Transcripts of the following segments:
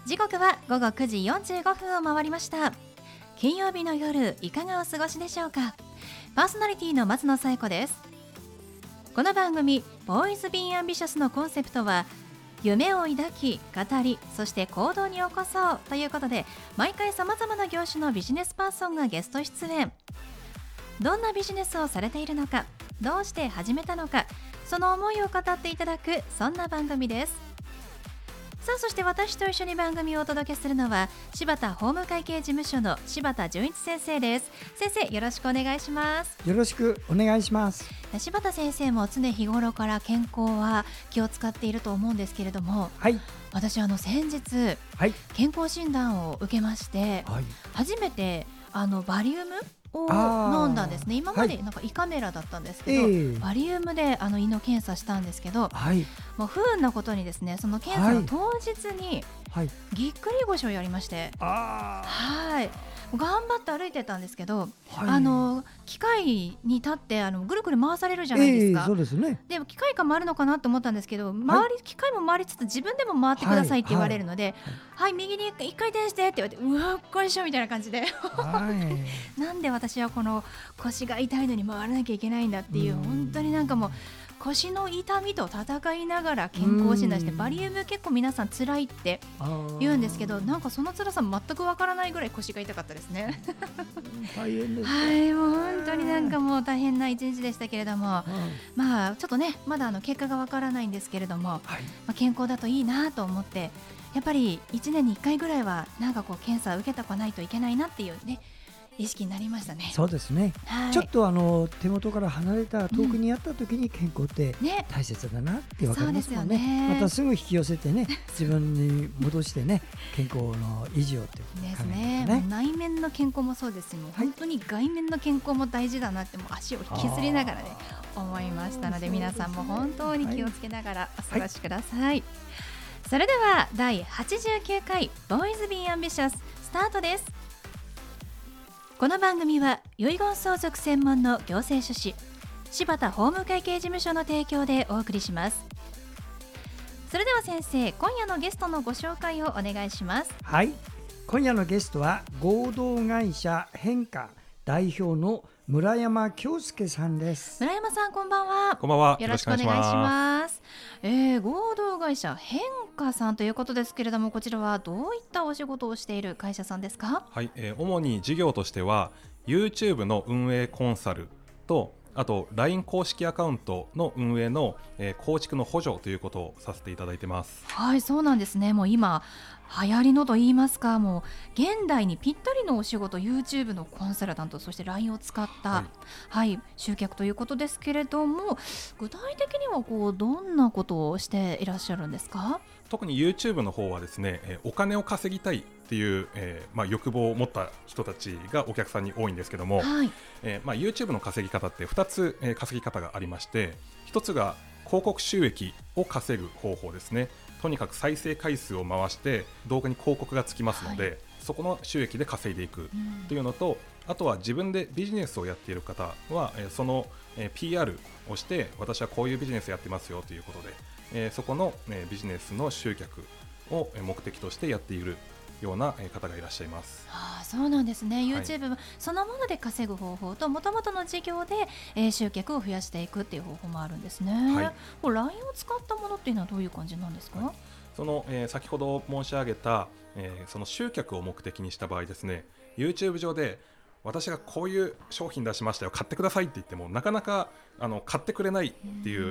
時刻は午後9時45分を回りました。金曜日の夜、いかがお過ごしでしょうか。パーソナリティの松野紗友子です。この番組ボーイズビーアンビシャスのコンセプトは、夢を抱き、語り、そして行動に起こそうということで、毎回様々な業種のビジネスパーソンがゲスト出演。どんなビジネスをされているのか、どうして始めたのか、その思いを語っていただく、そんな番組です。さあ、そして私と一緒に番組をお届けするのは、柴田法務会計事務所の柴田純一先生です。先生、よろしくお願いします。 よろしくお願いします。 柴田先生も常日頃から健康は気を使っていると思うんですけれども、 はい、 私先日、 はい、 健康診断を受けまして、 はい、 初めてバリウムを飲んだんですね。今までなんか胃カメラだったんですけど、バリウムで胃の検査したんですけど、 はい、 もう不運なことにですね、その検査の当日にぎっくり腰をやりまして、はい、頑張って歩いてたんですけど、機械に立ってぐるぐる回されるじゃないですか。 そうですね。 でも機械が回るのかなと思ったんですけど、機械も回りつつ自分でも回ってくださいって言われるので、右に1回転してって言われて、うわっこいしょみたいな感じでなんで私はこの腰が痛いのに回らなきゃいけないんだっていう、本当になんかもう腰の痛みと戦いながら健康診断して、バリウム結構皆さん辛いって言うんですけど、なんかその辛さ全くわからないぐらい腰が痛かったですね。 大変です。 はい、もう本当になんかもう大変な一日でしたけれども、まあちょっとね、まだ結果がわからないんですけれども、健康だといいなと思って、やっぱり1年に1回ぐらいはなんかこう検査を受けておかないといけないなっていうね、意識になりましたね。 そうですね、ちょっと手元から離れた遠くにあった時に健康って大切だなって分かりますもんね。またすぐ引き寄せてね、自分に戻してね、健康の維持をって考えますね。 内面の健康もそうですし、もう本当に外面の健康も大事だなって、もう足を引きずりながらね思いましたので、皆さんも本当に気をつけながらお過ごしください。それでは第89回ボーイズビーアンビシャススタートです。この番組は遺言相続専門の行政書士柴田法務会計事務所の提供でお送りします。それでは先生、今夜のゲストのご紹介をお願いします。 はい、今夜のゲストは合同会社変化代表の村山京介さんです。 村山さん、こんばんは。 こんばんは。 よろしくお願いします。合同会社変化さんということですけれども、こちらはどういったお仕事をしている会社さんですか？ はい、主に事業としては YouTube の運営コンサルと、あと LINE 公式アカウントの運営の、構築の補助ということをさせていただいてます。 はい、そうなんですね。もう今流行りのと言いますか、もう現代にぴったりのお仕事、 YouTube のコンサルタント、そして LINE を使った、集客ということですけれども、具体的にはどんなことをしていらっしゃるんですか？ 特に YouTube の方はですね、お金を稼ぎたいっていう、欲望を持った人たちがお客さんに多いんですけども、YouTube の稼ぎ方って2つ、稼ぎ方がありまして、1つが広告収益を稼ぐ方法ですね。とにかく再生回数を回して動画に広告がつきますので、そこの収益で稼いでいくというのと、あとは自分でビジネスをやっている方は、その PR をして、私はこういうビジネスやってますよということで、そこのビジネスの集客を目的としてやっているような方がいらっしゃいます。 そうなんですね。 YouTube そのもので稼ぐ方法と、もともとの事業で、集客を増やしていくっていう方法もあるんですね。LINE を使ったものっていうのはどういう感じなんですか？ その、先ほど申し上げた、その集客を目的にした場合ですね、 YouTube 上で私がこういう商品出しましたよ、買ってくださいって言ってもなかなか買ってくれないっていう、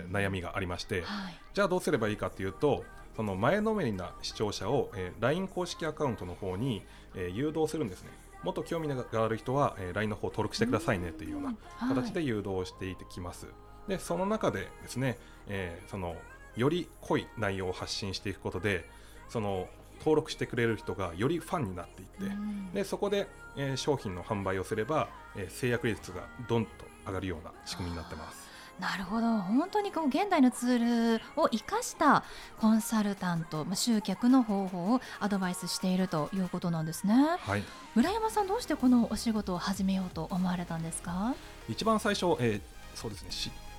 悩みがありまして、じゃあどうすればいいかというと、その前のめりな視聴者を、LINE 公式アカウントの方に、誘導するんですね。もっと興味がある人は、LINE の方登録してくださいねというような形で誘導していきます。でその中でですね、そのより濃い内容を発信していくことで、その登録してくれる人がよりファンになっていって、でそこで、商品の販売をすれば、制約率がどんと上がるような仕組みになってます。 なるほど、本当に現代のツールを生かしたコンサルタント、集客の方法をアドバイスしているということなんですね。村山さん、どうしてこのお仕事を始めようと思われたんですか？ 一番最初、そうですね、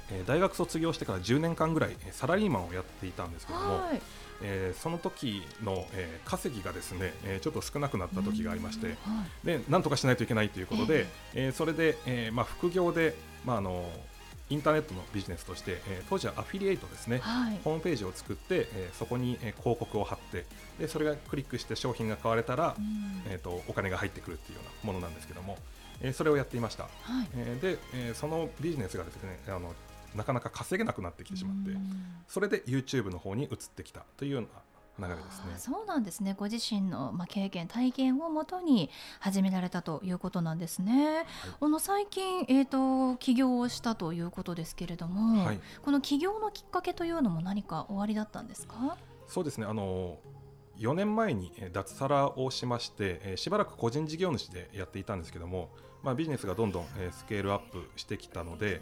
大学卒業してから10年間ぐらいサラリーマンをやっていたんですけども、その時の、稼ぎがですね、ちょっと少なくなった時がありまして、でなんとかしないといけないということで、それで、副業で、インターネットのビジネスとして、当時はアフィリエイトですね、ホームページを作って、そこに、広告を貼って、でそれがクリックして商品が買われたら、お金が入ってくるっていうようなものなんですけども、それをやっていました。で、そのビジネスがですね、なかなか稼げなくなってきてしまって、それで YouTube の方に移ってきたというような流れですね。 そうなんですね。ご自身の、経験体験をもとに始められたということなんですね。最近、起業をしたということですけれども、この起業のきっかけというのも何かおありだったんですか？ そうですね、4年前に脱サラをしまして、しばらく個人事業主でやっていたんですけども、ビジネスがどんどんスケールアップしてきたので、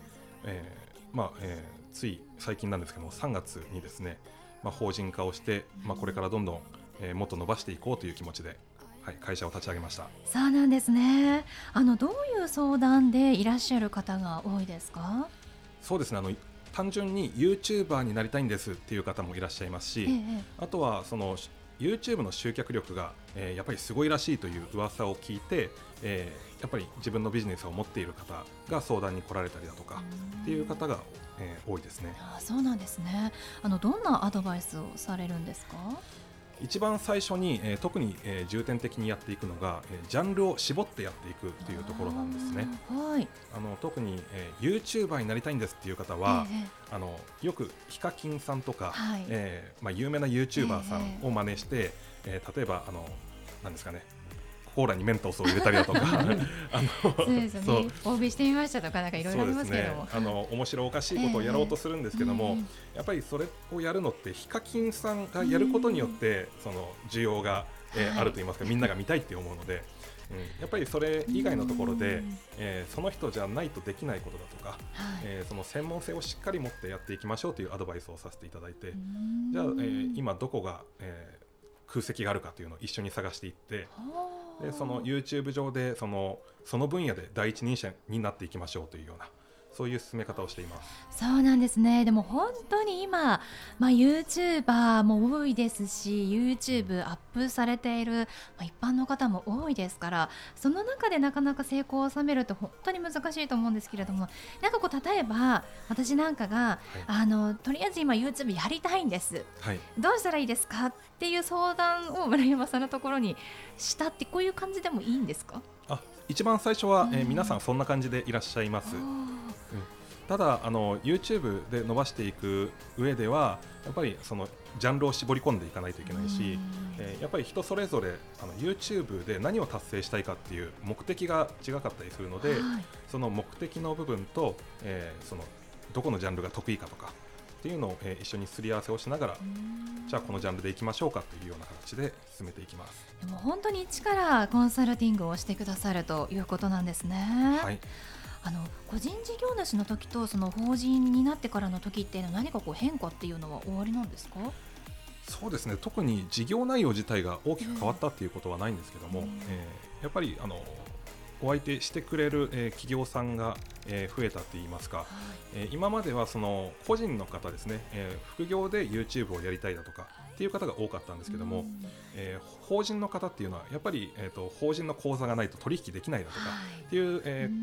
つい最近なんですけども3月にですね、法人化をして、これからどんどん、もっと伸ばしていこうという気持ちで、会社を立ち上げました。 そうなんですね。どういう相談でいらっしゃる方が多いですか？ そうですね、単純に YouTuber になりたいんですっていう方もいらっしゃいますし、あとはその YouTube の集客力が、やっぱりすごいらしいという噂を聞いて、やっぱり自分のビジネスを持っている方が相談に来られたりだとかっていう方が、多いですね。 そうなんですね。どんなアドバイスをされるんですか？ 一番最初に、特に、重点的にやっていくのが、ジャンルを絞ってやっていくというところなんですね。特に、YouTuber になりたいんですっていう方は、よくヒカキンさんとか、有名な YouTuber さんを真似して、例えば何ですかね、コーラにメントスを入れたりだとかそうですよね、OB してみましたとか、なんかいろいろありますけども、 面白おかしいことをやろうとするんですけども、やっぱりそれをやるのってヒカキンさんがやることによって、その需要が、あるといいますか、みんなが見たいって思うので、やっぱりそれ以外のところで、その人じゃないとできないことだとか、その専門性をしっかり持ってやっていきましょうというアドバイスをさせていただいて、じゃあ、今どこが、空席があるかというのを一緒に探していって、でその YouTube 上でその分野で第一人者になっていきましょうというような、そういう進め方をしています。 そうなんですね。でも本当に今、YouTuber も多いですし、 YouTube アップされている、一般の方も多いですから、その中でなかなか成功を収めるって本当に難しいと思うんですけれども、なんかこう例えば私なんかが、とりあえず今 YouTube やりたいんです、どうしたらいいですかっていう相談を村山さんのところにしたって、こういう感じでもいいんですか？ 一番最初は、皆さんそんな感じでいらっしゃいます。ただYouTube で伸ばしていく上では、やっぱりそのジャンルを絞り込んでいかないといけないし、やっぱり人それぞれYouTube で何を達成したいかっていう目的が違かったりするので、その目的の部分と、そのどこのジャンルが得意かとかっていうのを、一緒にすり合わせをしながら、じゃあこのジャンルでいきましょうかというような形で進めていきます。 でも本当に一からコンサルティングをしてくださるということなんですね。個人事業主の時とその法人になってからの時っていうのは、何かこう変化っていうのはおありなんですか？ そうですね、特に事業内容自体が大きく変わったっていうことはないんですけども、やっぱりお相手してくれる、企業さんが、増えたといいますか、今まではその個人の方ですね、副業で YouTube をやりたいだとかっていう方が多かったんですけども、法人の方っていうのはやっぱり、法人の口座がないと取引できないだとかっていう、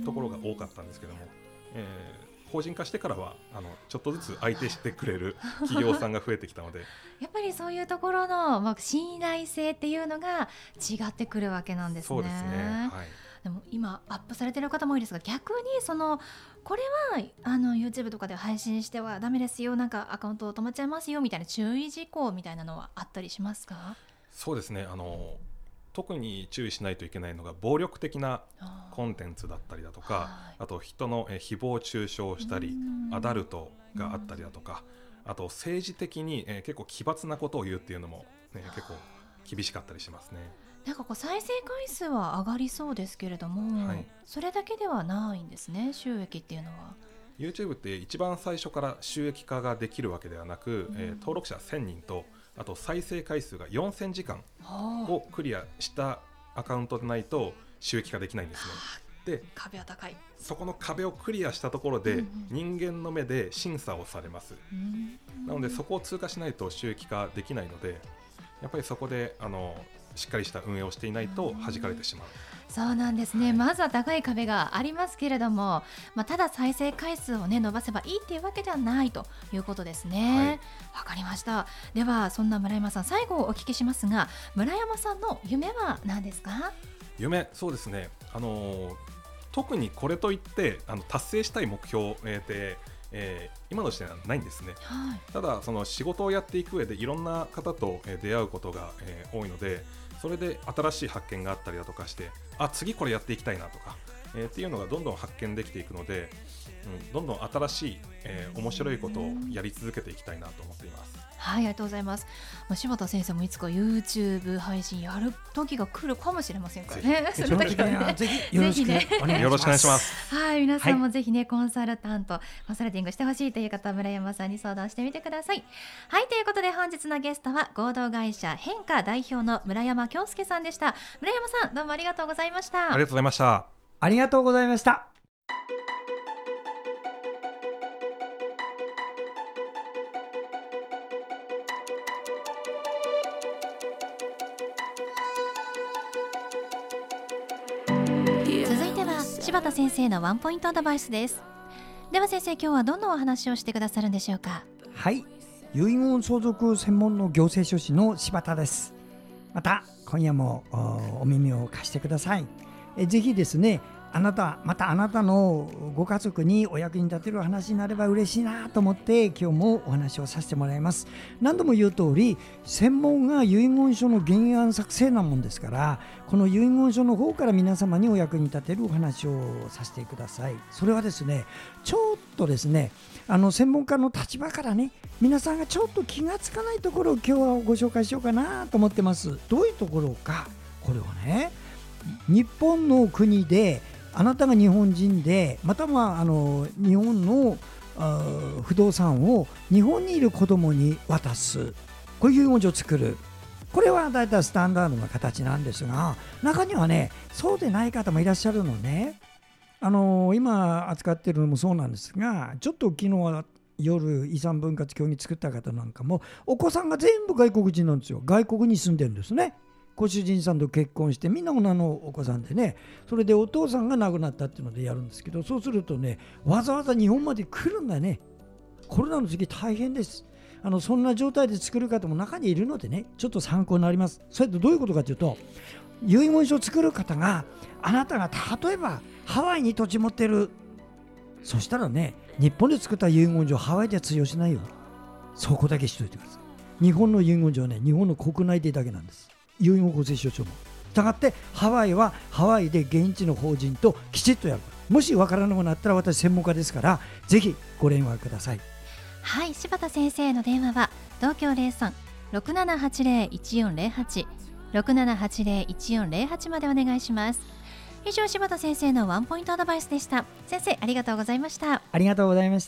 ところが多かったんですけども、法人化してからはちょっとずつ相手してくれる企業さんが増えてきたのでやっぱりそういうところの、信頼性っていうのが違ってくるわけなんですね。 そうですね、 でも今アップされている方も多いですが、逆にこれはYouTube とかで配信してはダメですよ、なんかアカウント止まっちゃいますよみたいな注意事項みたいなのはあったりしますか？ そうですね、特に注意しないといけないのが暴力的なコンテンツだったりだとか、あと人の誹謗中傷をしたり、アダルトがあったりだとか、あと政治的に結構奇抜なことを言うっていうのも、結構厳しかったりしますね。 なんかこう再生回数は上がりそうですけれども、それだけではないんですね、収益っていうのは。 YouTube って一番最初から収益化ができるわけではなく、登録者1000人と、あと再生回数が4000時間をクリアしたアカウントでないと収益化できないんですね。 で壁は高い。 そこの壁をクリアしたところで、人間の目で審査をされます。なのでそこを通過しないと収益化できないので、やっぱりそこでしっかりした運営をしていないと弾かれてしまう。 そうなんですね。まずは高い壁がありますけれども、ただ再生回数を伸ばせばいいっていうわけではないということですね。わかりました。ではそんな村山さん、最後お聞きしますが、村山さんの夢は何ですか？ 夢、そうですね、特にこれといって達成したい目標で、今の時点はないんですね。ただその仕事をやっていく上でいろんな方と出会うことが多いので、それで新しい発見があったりだとかして、次これやっていきたいなとか、っていうのがどんどん発見できていくので、どんどん新しい、面白いことをやり続けていきたいなと思っています。 はい、ありがとうございます。柴田先生もいつか YouTube 配信やる時が来るかもしれませんからね。 その時はぜひよろしくお願いします。 はい、皆さんもぜひね、コンサルタント、コンサルティングしてほしいという方は村山さんに相談してみてください。はい、ということで本日のゲストは合同会社変化代表の村山恭介さんでした。村山さん、どうもありがとうございました。 ありがとうございました。 ありがとうございました。 続いては柴田先生のワンポイントアドバイスです。では先生、今日はどんなお話をしてくださるんでしょうか？ はい、遺言相続専門の行政書士の柴田です。また今夜もお耳を貸してください。ぜひですね、またあなたのご家族にお役に立てる話になれば嬉しいなと思って今日もお話をさせてもらいます。何度も言う通り、専門が遺言書の原案作成なもんですから、この遺言書の方から皆様にお役に立てるお話をさせてください。それはですね、ちょっとですね、専門家の立場からね、皆さんがちょっと気がつかないところを今日はご紹介しようかなと思ってます。どういうところか、これはね、日本の国であなたが日本人で、または日本の不動産を日本にいる子供に渡す、こういう遺言書を作る、これはだいたいスタンダードな形なんですが、中にはね、そうでない方もいらっしゃるのね。今扱っているのもそうなんですが、ちょっと昨日は夜遺産分割協議作った方なんかも、お子さんが全部外国人なんですよ。外国に住んでるんですね。ご主人さんと結婚してみんな女のお子さんでね、それでお父さんが亡くなったっていうのでやるんですけど、そうするとね、わざわざ日本まで来るんだね。コロナの時期大変です。そんな状態で作る方も中にいるのでね、ちょっと参考になります。それとどういうことかというと、遺言書を作る方が、あなたが例えばハワイに土地持ってる、そしたらね、日本で作った遺言書ハワイでは通用しないよ。そこだけしといてください。日本の遺言書はね、日本の国内でだけなんです。遺言公正証書も。したがってハワイはハワイで現地の法人ときちっとやる。もし分からなくなったら私専門家ですから、ぜひご連絡ください。 はい、柴田先生の電話は東京 03-6780-1408 6780-1408 までお願いします。以上、柴田先生のワンポイントアドバイスでした。先生、ありがとうございました。 ありがとうございました。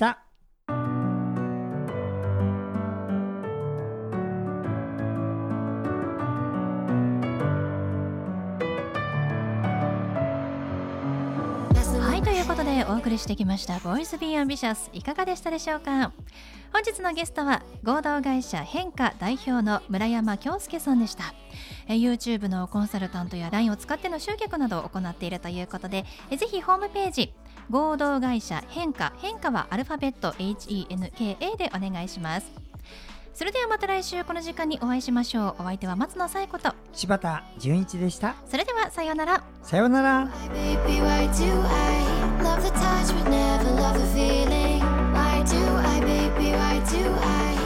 ということでお送りしてきましたボイスビーアンビシャス、いかがでしたでしょうか？本日のゲストは合同会社変化代表の村山恭介さんでした。YouTube のコンサルタントや LINE を使っての集客などを行っているということで、ぜひホームページ合同会社変化はアルファベット HENKA でお願いします。それではまた来週この時間にお会いしましょう。お相手は松野紗友子と柴田純一でした。 それではさようなら。 さようなら。 Love the touch but never love the feeling. Why do I, baby, why do I?